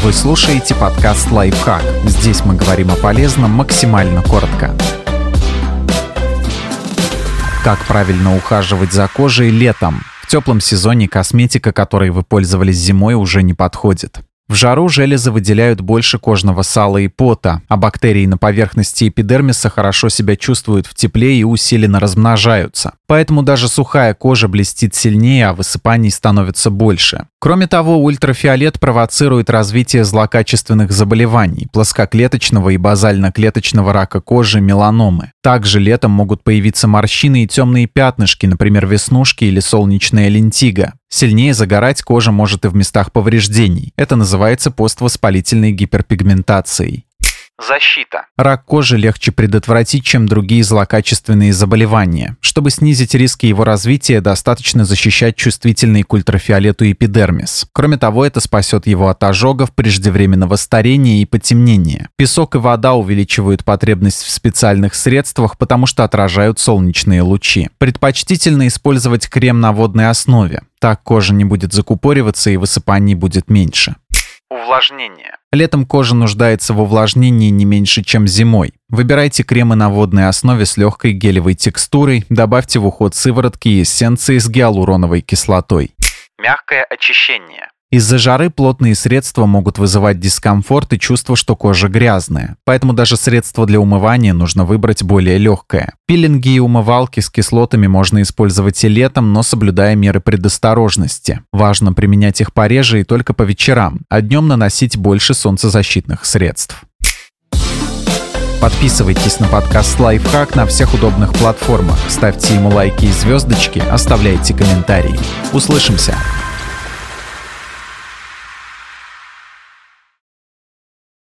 Вы слушаете подкаст «Лайфхак». Здесь мы говорим о полезном максимально коротко. Как правильно ухаживать за кожей летом? В теплом сезоне косметика, которой вы пользовались зимой, уже не подходит. В жару железы выделяют больше кожного сала и пота, а бактерии на поверхности эпидермиса хорошо себя чувствуют в тепле и усиленно размножаются. Поэтому даже сухая кожа блестит сильнее, а высыпаний становится больше. Кроме того, ультрафиолет провоцирует развитие злокачественных заболеваний, плоскоклеточного и базально-клеточного рака кожи, меланомы. Также летом могут появиться морщины и темные пятнышки, например, веснушки или солнечная лентига. Сильнее загорать кожа может и в местах повреждений. Это называется поствоспалительной гиперпигментацией. Защита. Рак кожи легче предотвратить, чем другие злокачественные заболевания. Чтобы снизить риски его развития, достаточно защищать чувствительный к ультрафиолету эпидермис. Кроме того, это спасет его от ожогов, преждевременного старения и потемнения. Песок и вода увеличивают потребность в специальных средствах, потому что отражают солнечные лучи. Предпочтительно использовать крем на водной основе. Так кожа не будет закупориваться и высыпаний будет меньше. Увлажнение. Летом кожа нуждается в увлажнении не меньше, чем зимой. Выбирайте кремы на водной основе с легкой гелевой текстурой, добавьте в уход сыворотки и эссенции с гиалуроновой кислотой. Мягкое очищение. Из-за жары плотные средства могут вызывать дискомфорт и чувство, что кожа грязная. Поэтому даже средство для умывания нужно выбрать более легкое. Пилинги и умывалки с кислотами можно использовать и летом, но соблюдая меры предосторожности. Важно применять их пореже и только по вечерам, а днем наносить больше солнцезащитных средств. Подписывайтесь на подкаст «Лайфхак» на всех удобных платформах, ставьте ему лайки и звездочки, оставляйте комментарии. Услышимся!